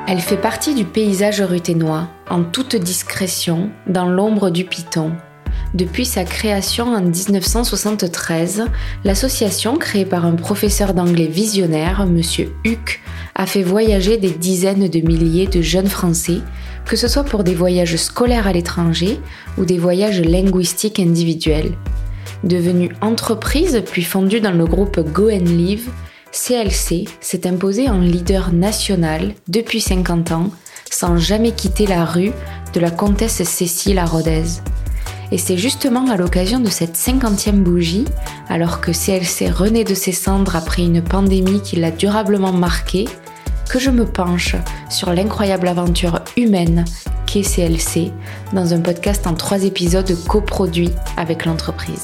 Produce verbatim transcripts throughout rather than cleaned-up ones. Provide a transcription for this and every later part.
Elle fait partie du paysage ruthénois, en toute discrétion, dans l'ombre du Piton. Depuis sa création en dix-neuf cent soixante-treize, l'association, créée par un professeur d'anglais visionnaire, M. Huck, a fait voyager des dizaines de milliers de jeunes Français, que ce soit pour des voyages scolaires à l'étranger ou des voyages linguistiques individuels. Devenue entreprise puis fondue dans le groupe Go and Live, C L C s'est imposé en leader national depuis cinquante ans, sans jamais quitter la rue de la comtesse Cécile à Rodez. Et c'est justement à l'occasion de cette cinquantième bougie, alors que C L C renaît de ses cendres après une pandémie qui l'a durablement marqué, que je me penche sur l'incroyable aventure humaine qu'est C L C dans un podcast en trois épisodes coproduits avec l'entreprise.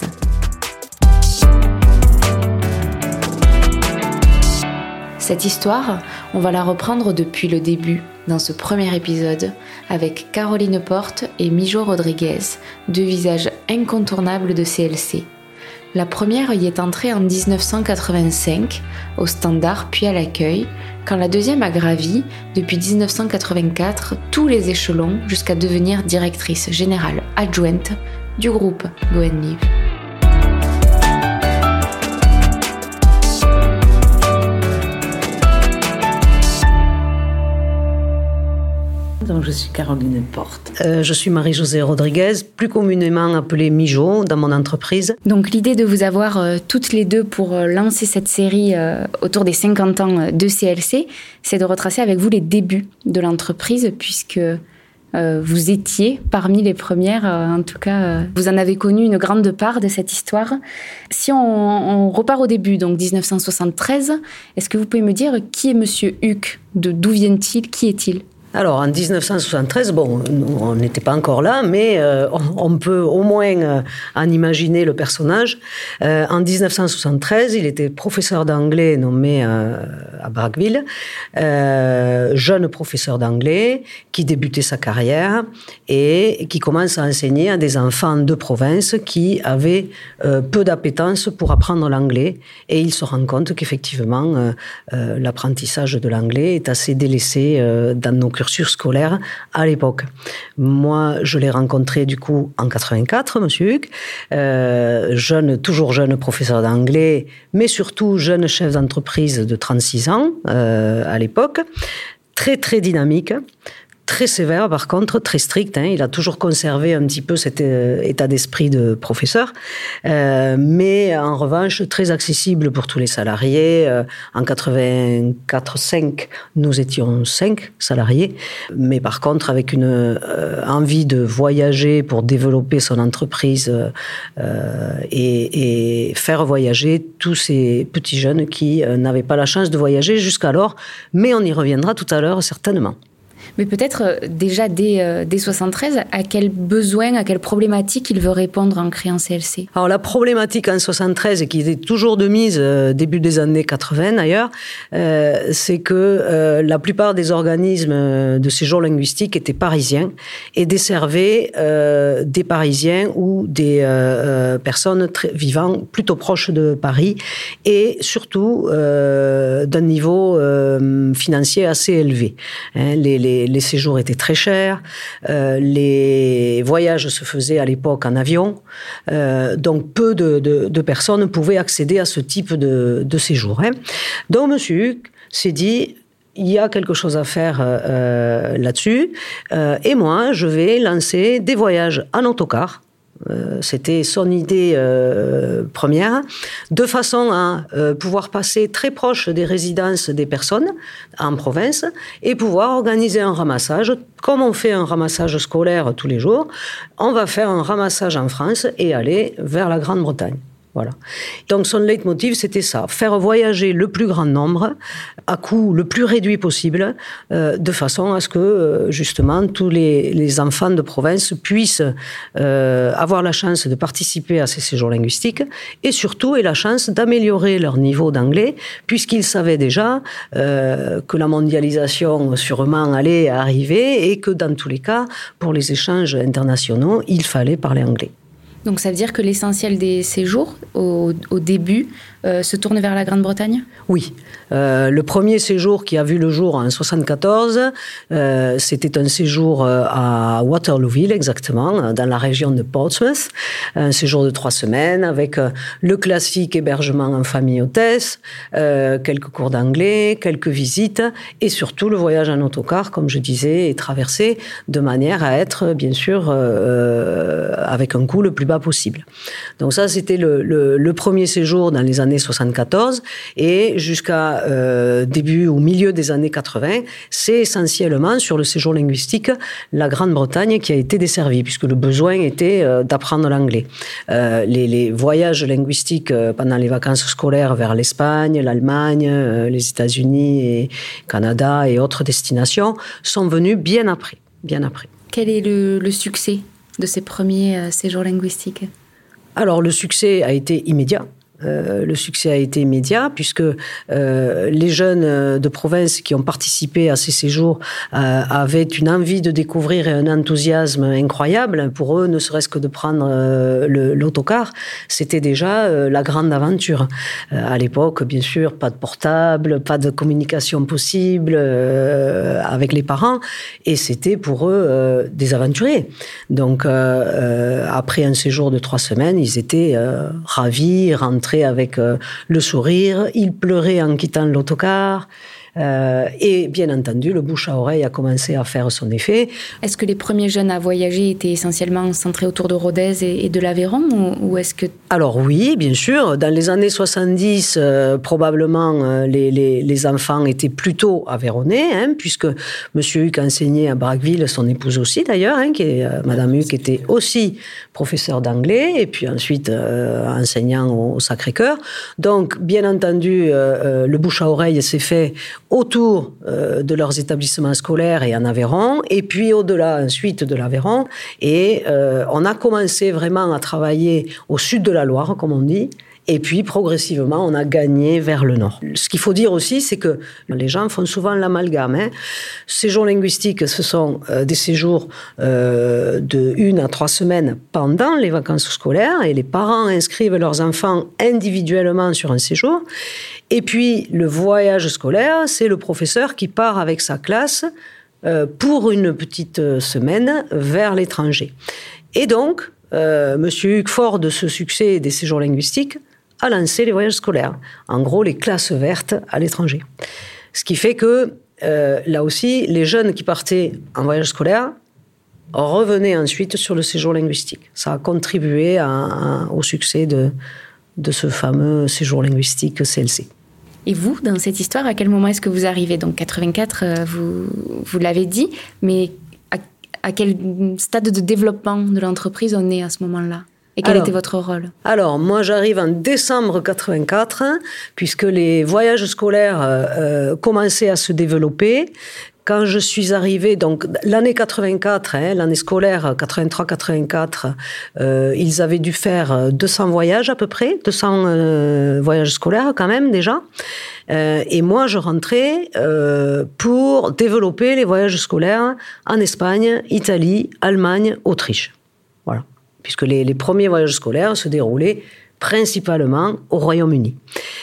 Cette histoire, on va la reprendre depuis le début, dans ce premier épisode, avec Caroline Porte et Mijo Rodriguez, deux visages incontournables de C L C. La première y est entrée en dix-neuf cent quatre-vingt-cinq, au Standard puis à l'Accueil, quand la deuxième a gravi, depuis dix-neuf cent quatre-vingt-quatre, tous les échelons jusqu'à devenir directrice générale adjointe du groupe Go and Live. Donc, je suis Caroline Porte. Euh, je suis Marie-Josée Rodriguez, plus communément appelée Mijo dans mon entreprise. Donc l'idée de vous avoir euh, toutes les deux pour euh, lancer cette série euh, autour des cinquante ans de C L C, c'est de retracer avec vous les débuts de l'entreprise, puisque euh, vous étiez parmi les premières, euh, en tout cas, euh, vous en avez connu une grande part de cette histoire. Si on, on repart au début, donc dix-neuf cent soixante-treize, est-ce que vous pouvez me dire qui est Monsieur Huck, de d'où vient-il, qui est-il ? Alors, en dix-neuf cent soixante-treize, bon, on n'était pas encore là, mais euh, on, on peut au moins euh, en imaginer le personnage. Euh, en dix-neuf cent soixante-treize, il était professeur d'anglais nommé euh, à Braqueville, euh, jeune professeur d'anglais qui débutait sa carrière et qui commence à enseigner à des enfants de province qui avaient euh, peu d'appétence pour apprendre l'anglais. Et il se rend compte qu'effectivement, euh, euh, l'apprentissage de l'anglais est assez délaissé euh, dans nos cursus scolaire à l'époque. Moi, je l'ai rencontré du coup en quatre-vingt-quatre, monsieur Huck, euh, jeune, toujours jeune professeur d'anglais, mais surtout jeune chef d'entreprise de trente-six ans euh, à l'époque, très très dynamique. Très sévère, par contre, très strict. Hein. Il a toujours conservé un petit peu cet euh, état d'esprit de professeur, euh, mais en revanche, très accessible pour tous les salariés. Euh, en quatre-vingt-quatre cinq, nous étions cinq salariés, mais par contre, avec une euh, envie de voyager pour développer son entreprise euh, et, et faire voyager tous ces petits jeunes qui euh, n'avaient pas la chance de voyager jusqu'alors, mais on y reviendra tout à l'heure certainement. Mais peut-être euh, déjà dès, euh, dès soixante-treize, à quel besoin, à quelle problématique il veut répondre en créant C L C ? Alors la problématique en soixante-treize, et qui était toujours de mise euh, début des années quatre-vingts d'ailleurs, euh, c'est que euh, la plupart des organismes de séjour linguistique étaient parisiens et desservaient euh, des Parisiens ou des euh, personnes très, vivant plutôt proches de Paris et surtout euh, d'un niveau euh, financier assez élevé. Hein, les, les Les, les séjours étaient très chers, euh, les voyages se faisaient à l'époque en avion, euh, donc peu de, de, de personnes pouvaient accéder à ce type de, de séjour. Hein. Donc M. Huck s'est dit, il y a quelque chose à faire euh, là-dessus, euh, et moi je vais lancer des voyages en autocar. Euh, c'était son idée euh, première, de façon à euh, pouvoir passer très proche des résidences des personnes en province et pouvoir organiser un ramassage. Comme on fait un ramassage scolaire tous les jours, on va faire un ramassage en France et aller vers la Grande-Bretagne. Voilà. Donc son leitmotiv, c'était ça, faire voyager le plus grand nombre à coût le plus réduit possible, euh, de façon à ce que euh, justement tous les, les enfants de province puissent euh, avoir la chance de participer à ces séjours linguistiques et surtout aient la chance d'améliorer leur niveau d'anglais, puisqu'ils savaient déjà euh, que la mondialisation sûrement allait arriver et que dans tous les cas, pour les échanges internationaux, il fallait parler anglais. Donc ça veut dire que l'essentiel des séjours au, au début, euh, se tourne vers la Grande-Bretagne ? Oui. Euh, le premier séjour qui a vu le jour en soixante-quatorze, euh, c'était un séjour à Waterlooville, exactement, dans la région de Portsmouth. Un séjour de trois semaines avec euh, le classique hébergement en famille hôtesse, euh, quelques cours d'anglais, quelques visites et surtout le voyage en autocar, comme je disais, et traversé de manière à être, bien sûr, euh, avec un coût le plus bas possible. Donc ça, c'était le, le, le premier séjour dans les années soixante-quatorze et jusqu'à euh, début ou milieu des années quatre-vingts, c'est essentiellement sur le séjour linguistique la Grande-Bretagne qui a été desservie puisque le besoin était euh, d'apprendre l'anglais. Euh, les, les voyages linguistiques euh, pendant les vacances scolaires vers l'Espagne, l'Allemagne, euh, les États-Unis, et Canada et autres destinations sont venus bien après, bien après. Quel est le, le succès de ces premiers euh, séjours linguistiques ? Alors, le succès a été immédiat. Euh, le succès a été immédiat puisque euh, les jeunes de province qui ont participé à ces séjours euh, avaient une envie de découvrir et un enthousiasme incroyable. Pour eux, ne serait-ce que de prendre euh, le, l'autocar, c'était déjà euh, la grande aventure. Euh, à l'époque, bien sûr, pas de portable, pas de communication possible euh, avec les parents et c'était pour eux euh, des aventuriers. Donc, euh, euh, après un séjour de trois semaines, ils étaient euh, ravis, rentrés avec euh, le sourire, il pleurait en quittant l'autocar euh, et bien entendu le bouche à oreille a commencé à faire son effet. Est-ce que les premiers jeunes à voyager étaient essentiellement centrés autour de Rodez et, et de l'Aveyron ou, ou est-ce que... Alors oui, bien sûr, dans les années soixante-dix, euh, probablement euh, les, les, les enfants étaient plutôt aveyronnais, hein, puisque Monsieur Huc enseignait à Braqueville, son épouse aussi d'ailleurs, hein, qui est, euh, Madame Huc était aussi professeure d'anglais et puis ensuite euh, enseignant au, au Sacré-Cœur. Donc bien entendu, euh, euh, le bouche à oreille s'est fait autour euh, de leurs établissements scolaires et en Aveyron, et puis au-delà ensuite de l'Aveyron. Et euh, on a commencé vraiment à travailler au sud de la Loire, comme on dit, et puis progressivement, on a gagné vers le nord. Ce qu'il faut dire aussi, c'est que les gens font souvent l'amalgame. Hein. Séjours linguistiques, ce sont euh, des séjours euh, de une à trois semaines pendant les vacances scolaires, et les parents inscrivent leurs enfants individuellement sur un séjour. Et puis, le voyage scolaire, c'est le professeur qui part avec sa classe euh, pour une petite semaine vers l'étranger. Et donc, euh, Monsieur Huc, fort de ce succès des séjours linguistiques, a lancé les voyages scolaires. En gros, les classes vertes à l'étranger. Ce qui fait que, euh, là aussi, les jeunes qui partaient en voyage scolaire revenaient ensuite sur le séjour linguistique. Ça a contribué à, à, au succès de, de ce fameux séjour linguistique C L C. Et vous, dans cette histoire, à quel moment est-ce que vous arrivez ? Donc quatre-vingt-quatre, vous, vous l'avez dit, mais à, à quel stade de développement de l'entreprise on est à ce moment-là ? Et quel alors, était votre rôle ? Alors, moi, j'arrive en décembre quatre-vingt-quatre, puisque les voyages scolaires euh, commençaient à se développer. Quand je suis arrivée, donc l'année quatre-vingt-quatre, hein, l'année scolaire quatre-vingt-trois quatre-vingt-quatre, euh, ils avaient dû faire deux cents voyages à peu près, deux cents euh, voyages scolaires quand même déjà. Euh, et moi, je rentrais euh, pour développer les voyages scolaires en Espagne, Italie, Allemagne, Autriche. Voilà. Puisque les, les premiers voyages scolaires se déroulaient principalement au Royaume-Uni.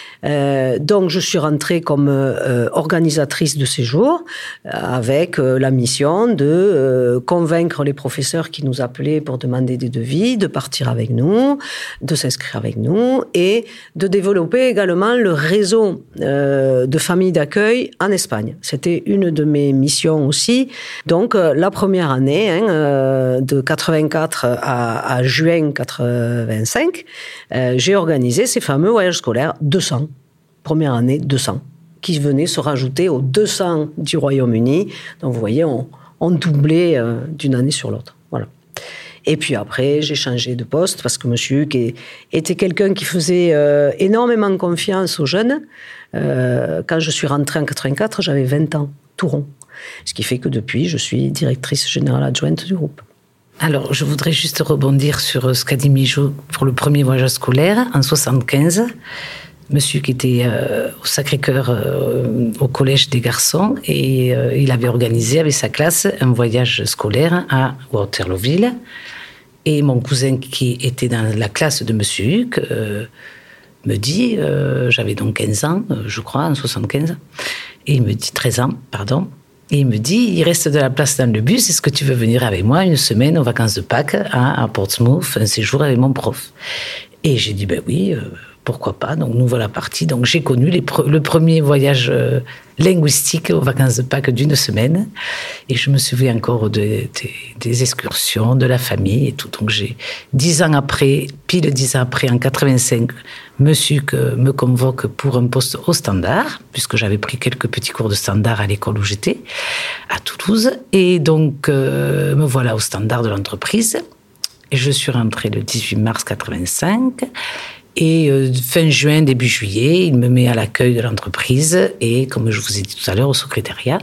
Euh, donc, je suis rentrée comme euh, organisatrice de séjour euh, avec euh, la mission de euh, convaincre les professeurs qui nous appelaient pour demander des devis, de partir avec nous, de s'inscrire avec nous et de développer également le réseau euh, de familles d'accueil en Espagne. C'était une de mes missions aussi. Donc, euh, la première année, hein, euh, de quatre-vingt-quatre à, à juin quatre-vingt-cinq, euh, j'ai organisé ces fameux voyages scolaires, deux cents. Première année, deux cents, qui venaient se rajouter aux deux cents du Royaume-Uni. Donc, vous voyez, on, on doublait euh, d'une année sur l'autre. Voilà. Et puis après, j'ai changé de poste parce que Monsieur Huc était quelqu'un qui faisait euh, énormément confiance aux jeunes. Euh, quand je suis rentrée en quatre-vingt-quatre, j'avais vingt ans, tout rond. Ce qui fait que depuis, je suis directrice générale adjointe du groupe. Alors, je voudrais juste rebondir sur ce qu'a dit Mijo pour le premier voyage scolaire en soixante-quinze. Monsieur qui était euh, au Sacré-Cœur, euh, au collège des garçons, et euh, il avait organisé avec sa classe un voyage scolaire à Waterlooville. Et mon cousin qui était dans la classe de Monsieur Huc euh, me dit, euh, j'avais donc quinze ans, je crois, en soixante-quinze, et il me dit, treize ans, pardon, et il me dit, il reste de la place dans le bus, est-ce que tu veux venir avec moi une semaine aux vacances de Pâques hein, à Portsmouth, un séjour avec mon prof? Et j'ai dit, ben oui, euh, pourquoi pas, donc nous voilà partis. Donc j'ai connu les pre- le premier voyage euh, linguistique aux vacances de Pâques d'une semaine, et je me souviens encore de, de, des excursions, de la famille et tout. Donc j'ai, dix ans après, pile dix ans après, en quatre-vingt-cinq, Monsieur que me convoque pour un poste au Standard, puisque j'avais pris quelques petits cours de Standard à l'école où j'étais, à Toulouse, et donc euh, me voilà au Standard de l'entreprise, et je suis rentrée le dix-huit mars quatre-vingt-cinq. Et euh, fin juin, début juillet, il me met à l'accueil de l'entreprise et, comme je vous ai dit tout à l'heure, au secrétariat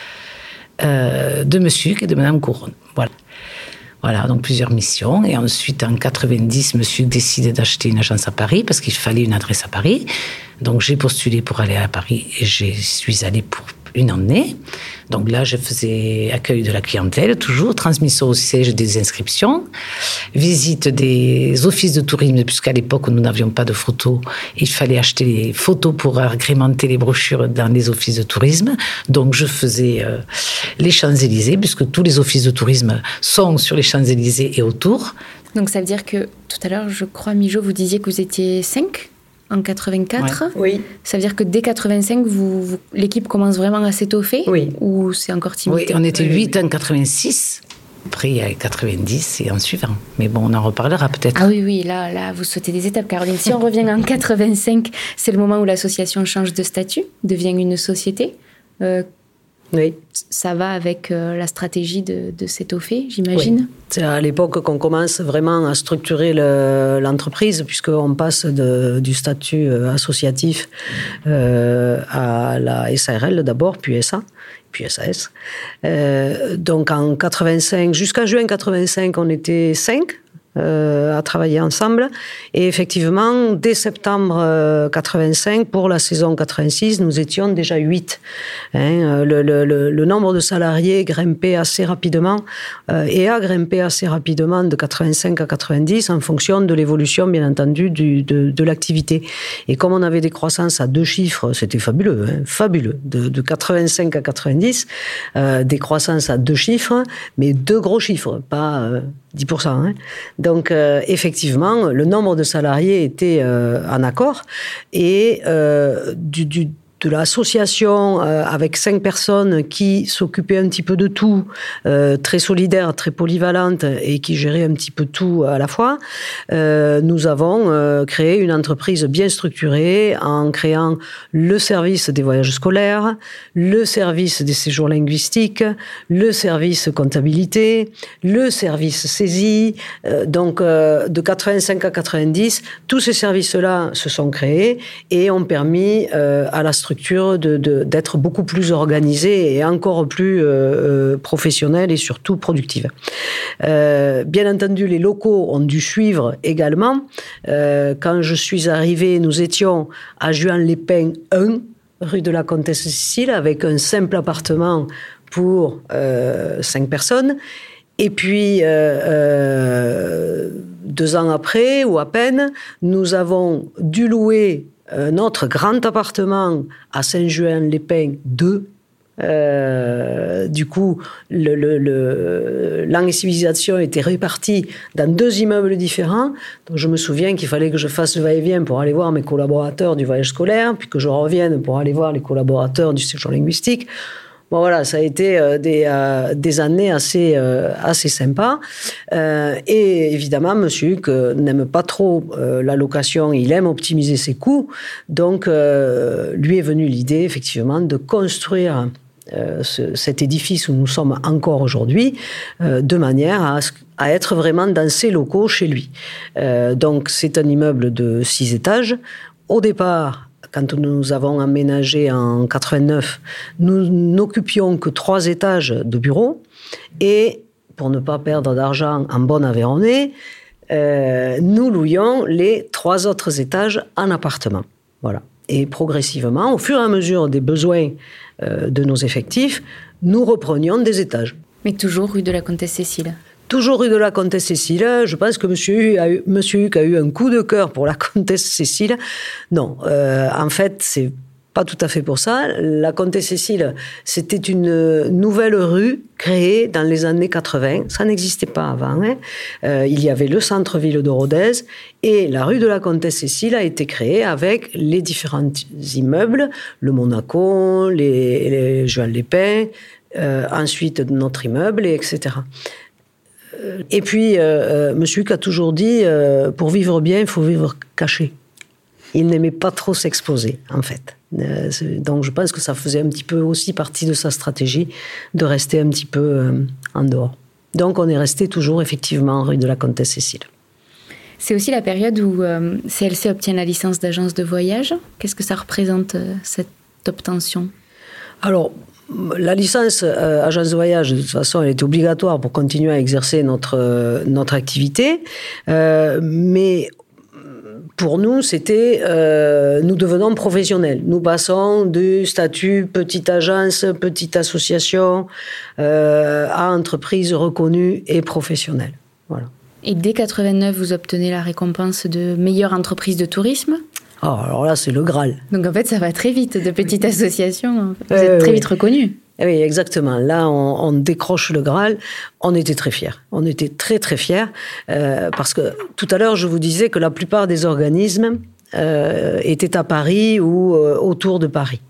euh, de Monsieur Huc et de Madame Couronne. Voilà. Voilà, donc plusieurs missions. Et ensuite, en quatre-vingt-dix, Monsieur Huc décide d'acheter une agence à Paris parce qu'il fallait une adresse à Paris. Donc j'ai postulé pour aller à Paris et je suis allée pour une année. Donc là, je faisais accueil de la clientèle, toujours, transmission au siège des inscriptions, visite des offices de tourisme, puisqu'à l'époque, nous n'avions pas de photos. Il fallait acheter les photos pour agrémenter les brochures dans les offices de tourisme. Donc, je faisais euh, les Champs-Élysées, puisque tous les offices de tourisme sont sur les Champs-Élysées et autour. Donc, ça veut dire que, tout à l'heure, je crois, Mijo, vous disiez que vous étiez cinq en quatre-vingt-quatre. Ouais. Oui. Ça veut dire que dès quatre-vingt-cinq, vous, vous, l'équipe commence vraiment à s'étoffer? Oui. Ou c'est encore timide? Oui, on était huit en quatre-vingt-six. Après, il y a quatre-vingt-dix et en suivant. Mais bon, on en reparlera peut-être. Ah oui, oui, là, là, vous sautez des étapes, Caroline. Si on revient en quatre-vingt-cinq, c'est le moment où l'association change de statut, devient une société. Euh, Oui. Ça va avec euh, la stratégie de, de s'étoffer, j'imagine. Oui. C'est à l'époque qu'on commence vraiment à structurer le, l'entreprise, puisqu'on passe de, du statut associatif euh, à la S A R L d'abord, puis S A, puis S A S. Euh, donc en quatre-vingt-cinq, jusqu'à juin quatre-vingt-cinq, on était cinq. Euh, à travailler ensemble, et effectivement dès septembre euh, quatre-vingt-cinq, pour la saison quatre-vingt-six, nous étions déjà huit. Hein, le, le, le nombre de salariés grimpait assez rapidement euh, et a grimpé assez rapidement de quatre-vingt-cinq à quatre-vingt-dix en fonction de l'évolution bien entendu du, de, de l'activité. Et comme on avait des croissances à deux chiffres, c'était fabuleux, hein, fabuleux, de, de quatre-vingt-cinq à quatre-vingt-dix, euh, des croissances à deux chiffres, mais deux gros chiffres, pas euh, dix pour cent. Hein. Donc, euh, effectivement, le nombre de salariés était euh, en accord, et euh, du, du, de l'association euh, avec cinq personnes qui s'occupaient un petit peu de tout, euh, très solidaire, très polyvalente, et qui géraient un petit peu tout à la fois, euh, nous avons euh, créé une entreprise bien structurée en créant le service des voyages scolaires, le service des séjours linguistiques, le service comptabilité, le service saisie. Euh, donc, euh, de quatre-vingt-cinq à quatre-vingt-dix, tous ces services-là se sont créés et ont permis euh, à la structure De, de, d'être beaucoup plus organisée et encore plus euh, professionnelle et surtout productive. Euh, bien entendu, les locaux ont dû suivre également. Euh, quand je suis arrivée, nous étions à Juan-les-Pins un, rue de la Comtesse Cécile, avec un simple appartement pour euh, cinq personnes. Et puis, euh, euh, deux ans après, ou à peine, nous avons dû louer notre grand appartement à Saint-Juan-les-Pins deux. Euh, du coup, le, le, le, langue et civilisation était répartie dans deux immeubles différents. Donc, je me souviens qu'il fallait que je fasse le va-et-vient pour aller voir mes collaborateurs du voyage scolaire, puis que je revienne pour aller voir les collaborateurs du séjour linguistique. Bon, voilà, ça a été euh, des, euh, des années assez, euh, assez sympas. Euh, et évidemment, Monsieur Huc euh, n'aime pas trop euh, la location, il aime optimiser ses coûts. Donc, euh, lui est venue l'idée, effectivement, de construire euh, ce, cet édifice où nous sommes encore aujourd'hui, euh, de manière à, à être vraiment dans ses locaux chez lui. Euh, donc, c'est un immeuble de six étages. Au départ, quand nous avons emménagé en quatre-vingt-neuf, nous n'occupions que trois étages de bureaux. Et pour ne pas perdre d'argent en bon Aveyronais, euh, nous louions les trois autres étages en appartement. Voilà. Et progressivement, au fur et à mesure des besoins euh, de nos effectifs, nous reprenions des étages. Mais toujours rue de la Comtesse Cécile. Toujours rue de la Comtesse Cécile. Je pense que Monsieur Hugues a eu, Monsieur Hugues a eu un coup de cœur pour la Comtesse Cécile. Non, euh, en fait, c'est pas tout à fait pour ça. La Comtesse Cécile, c'était une nouvelle rue créée dans les années quatre-vingts. Ça n'existait pas avant. Hein. Euh, il y avait le centre-ville de Rodez et la rue de la Comtesse Cécile a été créée avec les différents immeubles, le Monaco, les, les Juan Lépin, euh, ensuite notre immeuble, et etc. Et puis, euh, euh, Monsieur Hugues a toujours dit, euh, pour vivre bien, il faut vivre caché. Il n'aimait pas trop s'exposer, en fait. Euh, donc, je pense que ça faisait un petit peu aussi partie de sa stratégie de rester un petit peu euh, en dehors. Donc, on est resté toujours, effectivement, rue de la Comtesse Cécile. C'est aussi la période où euh, C L C obtient la licence d'agence de voyage. Qu'est-ce que ça représente, euh, cette obtention ? Alors, la licence euh, agence de voyage, de toute façon, elle était obligatoire pour continuer à exercer notre, euh, notre activité. Euh, mais pour nous, c'était, euh, nous devenons professionnels. Nous passons du statut petite agence, petite association, euh, à entreprise reconnue et professionnelle. Voilà. Et dès quatre-vingt-neuf, vous obtenez la récompense de meilleure entreprise de tourisme ? Oh, alors là, c'est le Graal. Donc en fait, ça va très vite, de petite association. Vous euh, êtes très oui. vite reconnus. Oui, exactement. Là, on, on décroche le Graal. On était très fiers. On était très, très fiers. Euh, parce que tout à l'heure, je vous disais que la plupart des organismes euh, étaient à Paris ou euh, autour de Paris.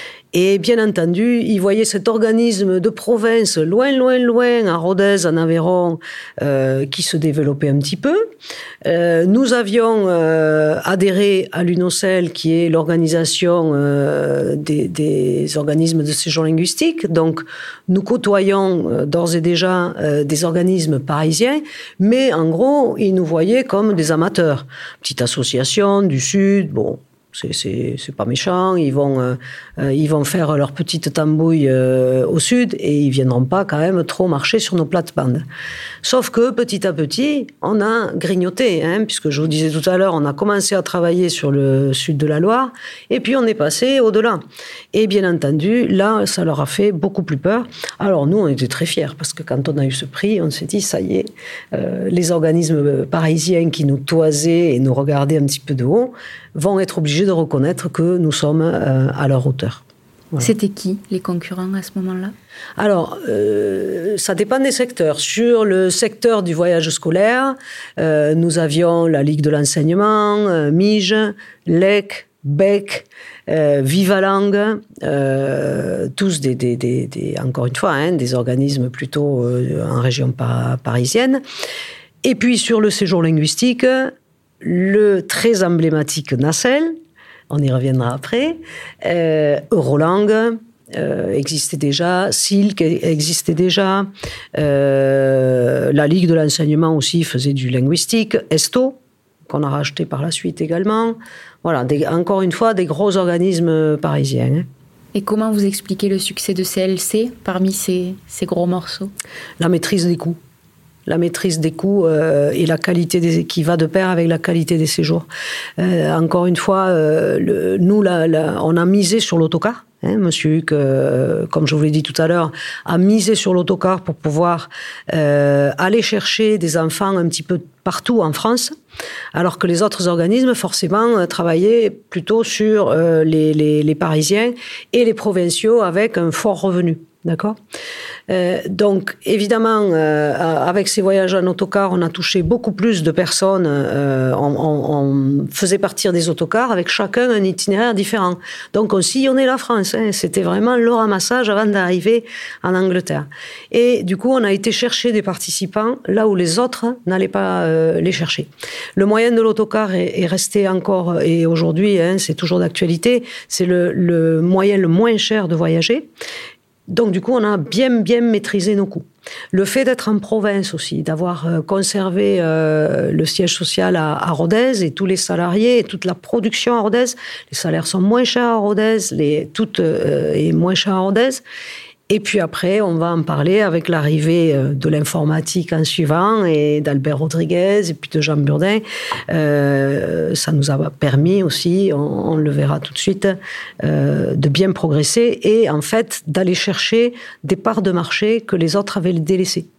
Et bien entendu, ils voyaient cet organisme de province, loin, loin, loin, à Rodez, en Aveyron, euh, qui se développait un petit peu. Euh, nous avions euh, adhéré à l'UNOCEL, qui est l'organisation euh, des, des organismes de séjour linguistique. Donc, nous côtoyons euh, d'ores et déjà euh, des organismes parisiens, mais en gros, ils nous voyaient comme des amateurs. Petite association du Sud, bon... C'est, c'est, c'est pas méchant, ils vont, euh, euh, ils vont faire leur petite tambouille euh, au sud et ils viendront pas quand même trop marcher sur nos plates-bandes. Sauf que petit à petit, on a grignoté, hein, puisque je vous disais tout à l'heure, on a commencé à travailler sur le sud de la Loire et puis on est passé au-delà. Et bien entendu, là, ça leur a fait beaucoup plus peur. Alors nous, on était très fiers parce que quand on a eu ce prix, on s'est dit, ça y est, euh, les organismes parisiens qui nous toisaient et nous regardaient un petit peu de haut vont être obligés de reconnaître que nous sommes euh, à leur hauteur. Voilà. C'était qui, les concurrents, à ce moment-là ? Alors, euh, ça dépend des secteurs. Sur le secteur du voyage scolaire, euh, nous avions la Ligue de l'enseignement, euh, Mige, L E C, B E C, euh, Viva Langue, euh, tous des, des, des, des, encore une fois, hein, des organismes plutôt euh, en région par, parisienne. Et puis, sur le séjour linguistique, le très emblématique Nacelle, on y reviendra après, euh, Eurolangue euh, existait déjà, Silk existait déjà, euh, la Ligue de l'enseignement aussi faisait du linguistique, Esto, qu'on a racheté par la suite également. Voilà, des, encore une fois, des gros organismes parisiens. Hein. Et comment vous expliquez le succès de C L C parmi ces, ces gros morceaux ? La maîtrise des coûts. La maîtrise des coûts euh, et la qualité des, qui va de pair avec la qualité des séjours. Euh, encore une fois, euh, le, nous, la, la, on a misé sur l'autocar. Hein, Monsieur Hugues, euh, comme je vous l'ai dit tout à l'heure, a misé sur l'autocar pour pouvoir euh, aller chercher des enfants un petit peu partout en France, alors que les autres organismes, forcément, euh, travaillaient plutôt sur euh, les, les, les Parisiens et les provinciaux avec un fort revenu. D'accord ? euh, Donc, évidemment, euh, avec ces voyages en autocar, on a touché beaucoup plus de personnes. Euh, on, on, on faisait partir des autocars avec chacun un itinéraire différent. Donc, on sillonnait la France. Hein. C'était vraiment le ramassage avant d'arriver en Angleterre. Et du coup, on a été chercher des participants là où les autres n'allaient pas euh, les chercher. Le moyen de l'autocar est, est resté encore, et aujourd'hui, hein, c'est toujours d'actualité, c'est le, le moyen le moins cher de voyager. Donc, du coup, on a bien, bien maîtrisé nos coûts. Le fait d'être en province aussi, d'avoir conservé euh, le siège social à, à Rodez et tous les salariés et toute la production à Rodez, les salaires sont moins chers à Rodez, les, tout euh, est moins cher à Rodez. Et puis après, on va en parler avec l'arrivée de l'informatique en suivant, et d'Albert Rodriguez, et puis de Jean Burdin. Euh, ça nous a permis aussi, on, on le verra tout de suite, euh, de bien progresser et en fait d'aller chercher des parts de marché que les autres avaient délaissées.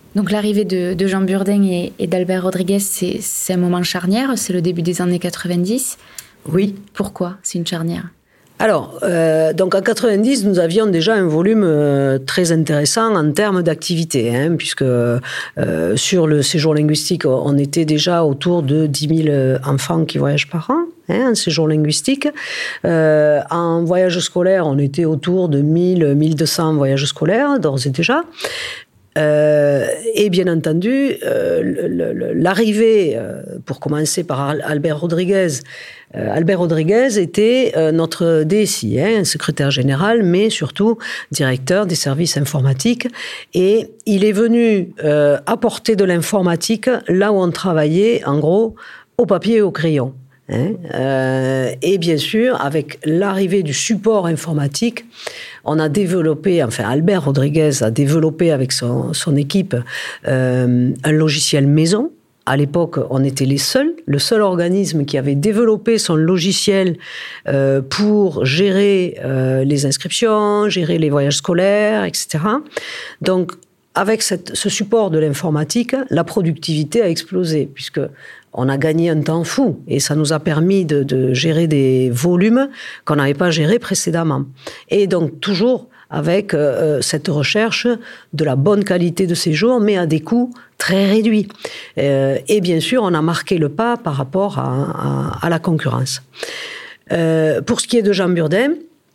Donc l'arrivée de, de Jean Burdin et, et d'Albert Rodriguez, c'est, c'est un moment charnière, c'est le début des années quatre-vingt-dix. Oui. Pourquoi c'est une charnière ? Alors, euh, donc en quatre-vingt-dix, nous avions déjà un volume euh, très intéressant en termes d'activité, hein, puisque euh, sur le séjour linguistique, on était déjà autour de dix mille enfants qui voyagent par an, hein, en séjour linguistique. Euh, en voyage scolaire, on était autour de mille à mille deux cents voyages scolaires, d'ores et déjà. Euh, et bien entendu, euh, le, le, l'arrivée, euh, pour commencer par Albert Rodriguez, euh, Albert Rodriguez était euh, notre D S I, hein, secrétaire général, mais surtout directeur des services informatiques. Et il est venu euh, apporter de l'informatique là où on travaillait, en gros, au papier et au crayon. Hein, euh, et bien sûr, avec l'arrivée du support informatique, on a développé, enfin Albert Rodriguez a développé avec son, son équipe euh, un logiciel maison. À l'époque, on était les seuls, le seul organisme qui avait développé son logiciel euh, pour gérer euh, les inscriptions, gérer les voyages scolaires, et cetera. Donc, avec cette, ce support de l'informatique, la productivité a explosé, puisque on a gagné un temps fou et ça nous a permis de, de gérer des volumes qu'on n'avait pas gérés précédemment. Et donc, toujours avec euh, cette recherche de la bonne qualité de séjour, mais à des coûts très réduits. Euh, et bien sûr, on a marqué le pas par rapport à, à, à la concurrence. Euh, pour ce qui est de Jean Burdin,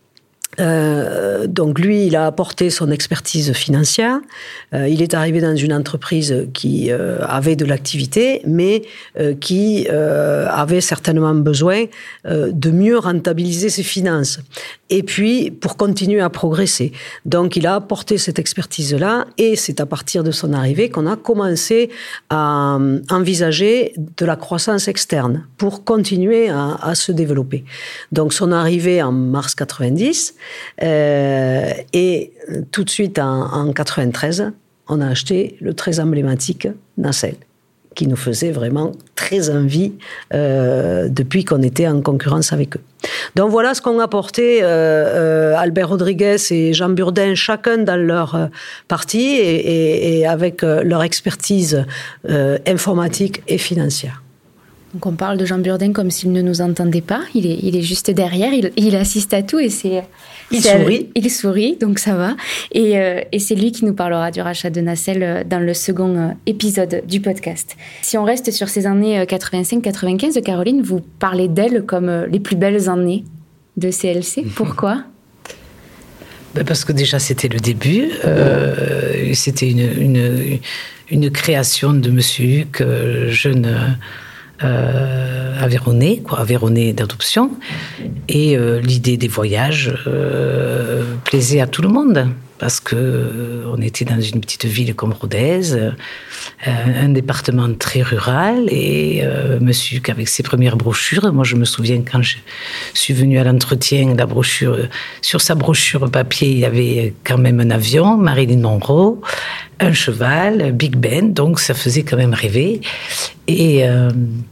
Euh, donc lui, il a apporté son expertise financière. Euh, il est arrivé dans une entreprise qui euh, avait de l'activité, mais euh, qui euh, avait certainement besoin euh, de mieux rentabiliser ses finances. Et puis, pour continuer à progresser. Donc, il a apporté cette expertise-là, et c'est à partir de son arrivée qu'on a commencé à envisager de la croissance externe pour continuer à, à se développer. Donc, son arrivée en mars quatre-vingt-dix. Euh, et tout de suite en, en quatre-vingt-treize, on a acheté le très emblématique Nacelle, qui nous faisait vraiment très envie euh, depuis qu'on était en concurrence avec eux. Donc voilà ce qu'ont apporté euh, euh, Albert Rodriguez et Jean Burdin, chacun dans leur euh, partie et, et, et avec euh, leur expertise euh, informatique et financière. Donc on parle de Jean Burdin comme s'il ne nous entendait pas. Il est, il est juste derrière, il, il assiste à tout et c'est... Il c'est sourit. À, il sourit, donc ça va. Et, euh, et c'est lui qui nous parlera du rachat de Nacelle dans le second épisode du podcast. Si on reste sur ces années quatre-vingt-cinq quatre-vingt-quinze, Caroline, vous parlez d'elles comme les plus belles années de C L C. Pourquoi ? Ben parce que déjà, c'était le début. Euh, c'était une, une, une création de Monsieur Huc, jeune... Euh, Aveyronais, quoi, Aveyronais d'adoption, et euh, l'idée des voyages euh, plaisait à tout le monde parce que euh, on était dans une petite ville comme Rodez, euh, un département très rural, et euh, Monsieur avec ses premières brochures. Moi, je me souviens quand je suis venue à l'entretien, la brochure sur sa brochure papier, il y avait quand même un avion, Marilyn Monroe, un cheval, Big Ben, donc ça faisait quand même rêver. Et euh,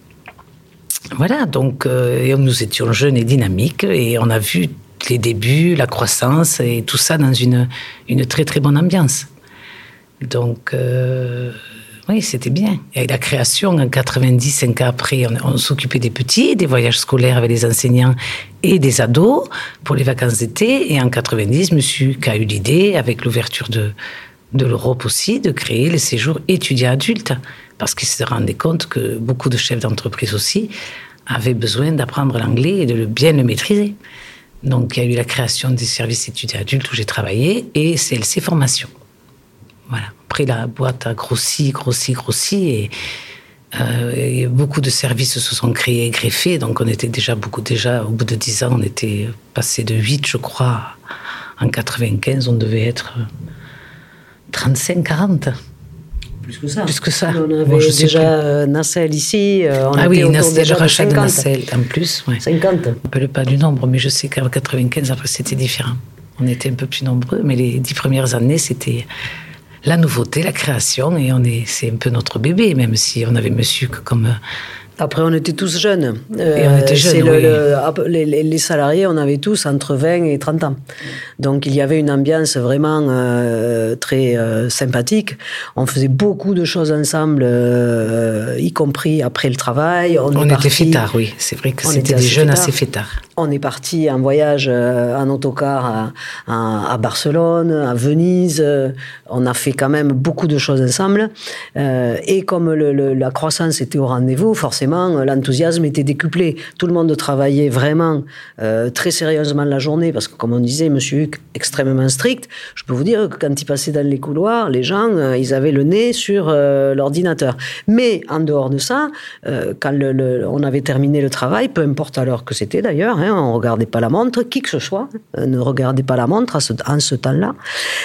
voilà, donc euh, et nous étions jeunes et dynamiques, et on a vu les débuts, la croissance, et tout ça dans une, une très très bonne ambiance. Donc, euh, oui, c'était bien. Et la création, en quatre-vingt-dix, cinq ans après, on, on s'occupait des petits, des voyages scolaires avec les enseignants et des ados pour les vacances d'été. Et en quatre-vingt-dix, monsieur Huc a eu l'idée, avec l'ouverture de, de l'Europe aussi, de créer les séjours étudiants-adultes. Parce qu'il se rendait compte que beaucoup de chefs d'entreprise aussi avaient besoin d'apprendre l'anglais et de le, bien le maîtriser. Donc, il y a eu la création des services étudiants-adultes où j'ai travaillé, et C L C Formation. Voilà. Après, la boîte a grossi, grossi, grossi, et, euh, et beaucoup de services se sont créés et greffés. Donc, on était déjà beaucoup, déjà, au bout de dix ans, on était passé de huit, je crois, en quatre-vingt-quinze, on devait être trente-cinq, quarante. Plus que ça. Plus que ça. On avait bon, je déjà euh, Nacelle ici. Euh, on ah était oui, autour Nacelle, déjà le rachat de cinquante. Nacelle, en plus. Ouais. cinquante. Je ne me rappelle pas du nombre, mais je sais qu'en quatre-vingt-quinze, après, c'était différent. On était un peu plus nombreux, mais les dix premières années, c'était la nouveauté, la création, et on est, c'est un peu notre bébé, même si on avait Monsieur comme Après, on était tous jeunes. Euh, et on était jeunes, le, oui. le, les, les salariés, on avait tous entre vingt et trente ans. Donc, il y avait une ambiance vraiment euh, très euh, sympathique. On faisait beaucoup de choses ensemble, euh, y compris après le travail. On, on était fêtards, oui. C'est vrai que c'était des jeunes fêtards. assez fêtards. On est parti en voyage euh, en autocar à, à, à Barcelone, à Venise. On a fait quand même beaucoup de choses ensemble. Euh, et comme le, le, la croissance était au rendez-vous, forcément, l'enthousiasme était décuplé. Tout le monde travaillait vraiment euh, très sérieusement la journée, parce que, comme on disait, Monsieur Huc, extrêmement strict. Je peux vous dire que quand il passait dans les couloirs, les gens, euh, ils avaient le nez sur euh, l'ordinateur. Mais en dehors de ça, euh, quand le, le, on avait terminé le travail, peu importe à l'heure que c'était d'ailleurs, hein, on ne regardait pas la montre, qui que ce soit euh, ne regardait pas la montre à ce, en ce temps-là.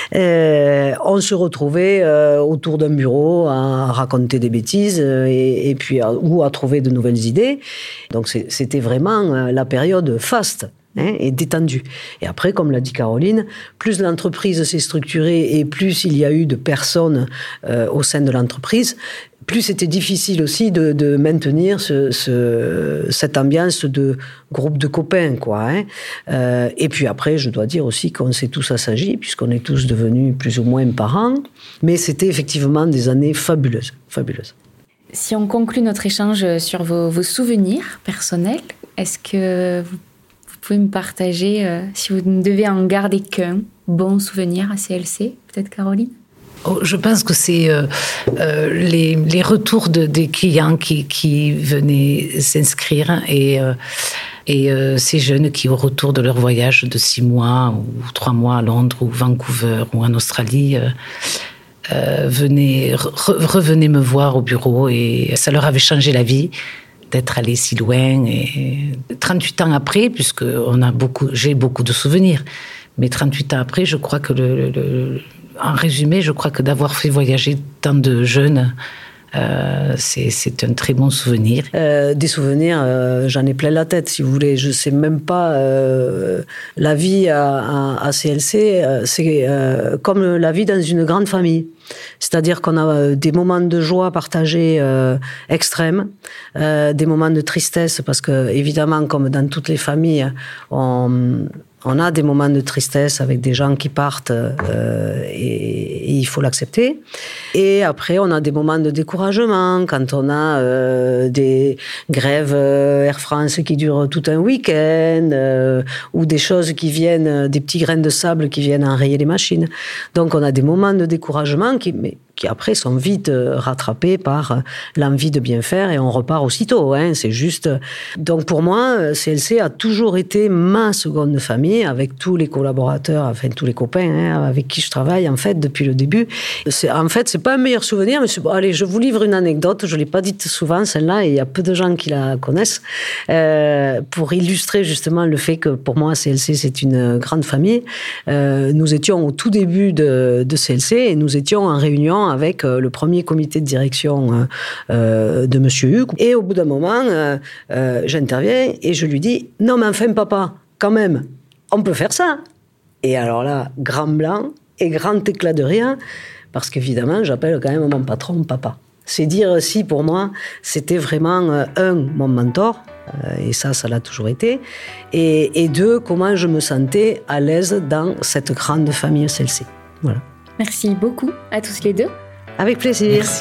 Euh, on se retrouvait euh, autour d'un bureau à raconter des bêtises euh, et, et puis à, ou à trouver de nouvelles idées. Donc c'est, c'était vraiment euh, la période faste. Hein, et détendue. Et après, comme l'a dit Caroline, plus l'entreprise s'est structurée et plus il y a eu de personnes euh, au sein de l'entreprise, plus c'était difficile aussi de, de maintenir ce, ce, cette ambiance de groupe de copains, quoi. Hein. Euh, et puis après, je dois dire aussi qu'on s'est tous assagis, puisqu'on est tous devenus plus ou moins parents. Mais c'était effectivement des années fabuleuses, fabuleuses. Si on conclut notre échange sur vos, vos souvenirs personnels, est-ce que vous Vous pouvez me partager, euh, si vous ne devez en garder qu'un bon souvenir à C L C, peut-être Caroline ? Oh, je pense que c'est euh, euh, les, les retours de, des clients qui, qui venaient s'inscrire et, euh, et euh, ces jeunes qui, au retour de leur voyage de six mois ou trois mois à Londres ou Vancouver ou en Australie, euh, euh, venaient, re, revenaient me voir au bureau et ça leur avait changé la vie d'être allé si loin. Et trente-huit ans après, puisque on a beaucoup, j'ai beaucoup de souvenirs, mais trente-huit ans après, je crois que, le, le, en résumé, je crois que d'avoir fait voyager tant de jeunes, euh, c'est, c'est un très bon souvenir. Euh, des souvenirs, euh, j'en ai plein la tête, si vous voulez. Je ne sais même pas. Euh, la vie à, à, à C L C, euh, c'est euh, comme la vie dans une grande famille. C'est-à-dire qu'on a des moments de joie partagés euh, extrêmes, euh, des moments de tristesse, parce que, évidemment, comme dans toutes les familles, on, on a des moments de tristesse avec des gens qui partent euh, et, et il faut l'accepter. Et après, on a des moments de découragement, quand on a euh, des grèves euh, Air France qui durent tout un week-end, euh, ou des choses qui viennent, des petits grains de sable qui viennent enrayer les machines. Donc, on a des moments de découragement qui, mais, qui après sont vite rattrapés par l'envie de bien faire et on repart aussitôt. Hein, c'est juste. Donc pour moi, C L C a toujours été ma seconde famille avec tous les collaborateurs, enfin tous les copains hein, avec qui je travaille en fait depuis le début. C'est, en fait, c'est pas un meilleur souvenir, mais c'est, bon, allez, je vous livre une anecdote. Je l'ai pas dite souvent celle-là et il y a peu de gens qui la connaissent euh, pour illustrer justement le fait que pour moi C L C c'est une grande famille. Euh, nous étions au tout début de, de C L C et nous étions en réunion avec le premier comité de direction euh, de Monsieur Hugues. Et au bout d'un moment, euh, euh, j'interviens et je lui dis « Non mais enfin papa, quand même, on peut faire ça !» Et alors là, grand blanc et grand éclat de rire, parce qu'évidemment, j'appelle quand même mon patron papa. C'est dire si pour moi, c'était vraiment, euh, un, mon mentor, euh, et ça, ça l'a toujours été, et, et deux, comment je me sentais à l'aise dans cette grande famille C L C. Voilà. Merci beaucoup à tous les deux. Avec plaisir. Merci.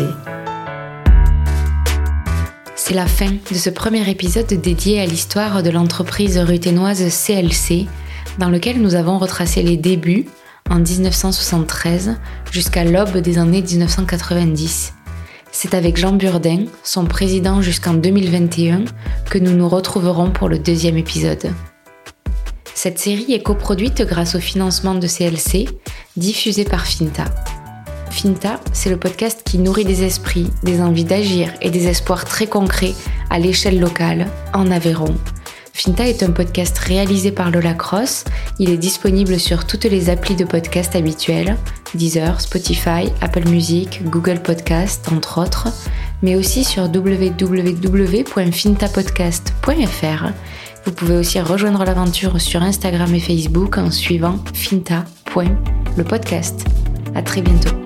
C'est la fin de ce premier épisode dédié à l'histoire de l'entreprise ruthénoise C L C, dans lequel nous avons retracé les débuts, en dix-neuf cent soixante-treize, jusqu'à l'aube des années dix-neuf cent quatre-vingt-dix. C'est avec Jean Burdin, son président jusqu'en deux mille vingt et un, que nous nous retrouverons pour le deuxième épisode. Cette série est coproduite grâce au financement de C L C, diffusé par Finta. Finta, c'est le podcast qui nourrit des esprits, des envies d'agir et des espoirs très concrets à l'échelle locale, en Aveyron. Finta est un podcast réalisé par Lola Cross. Il est disponible sur toutes les applis de podcast habituelles, Deezer, Spotify, Apple Music, Google Podcast, entre autres, mais aussi sur w w w point finta podcast point f r. Vous pouvez aussi rejoindre l'aventure sur Instagram et Facebook en suivant finta. Le podcast. À très bientôt.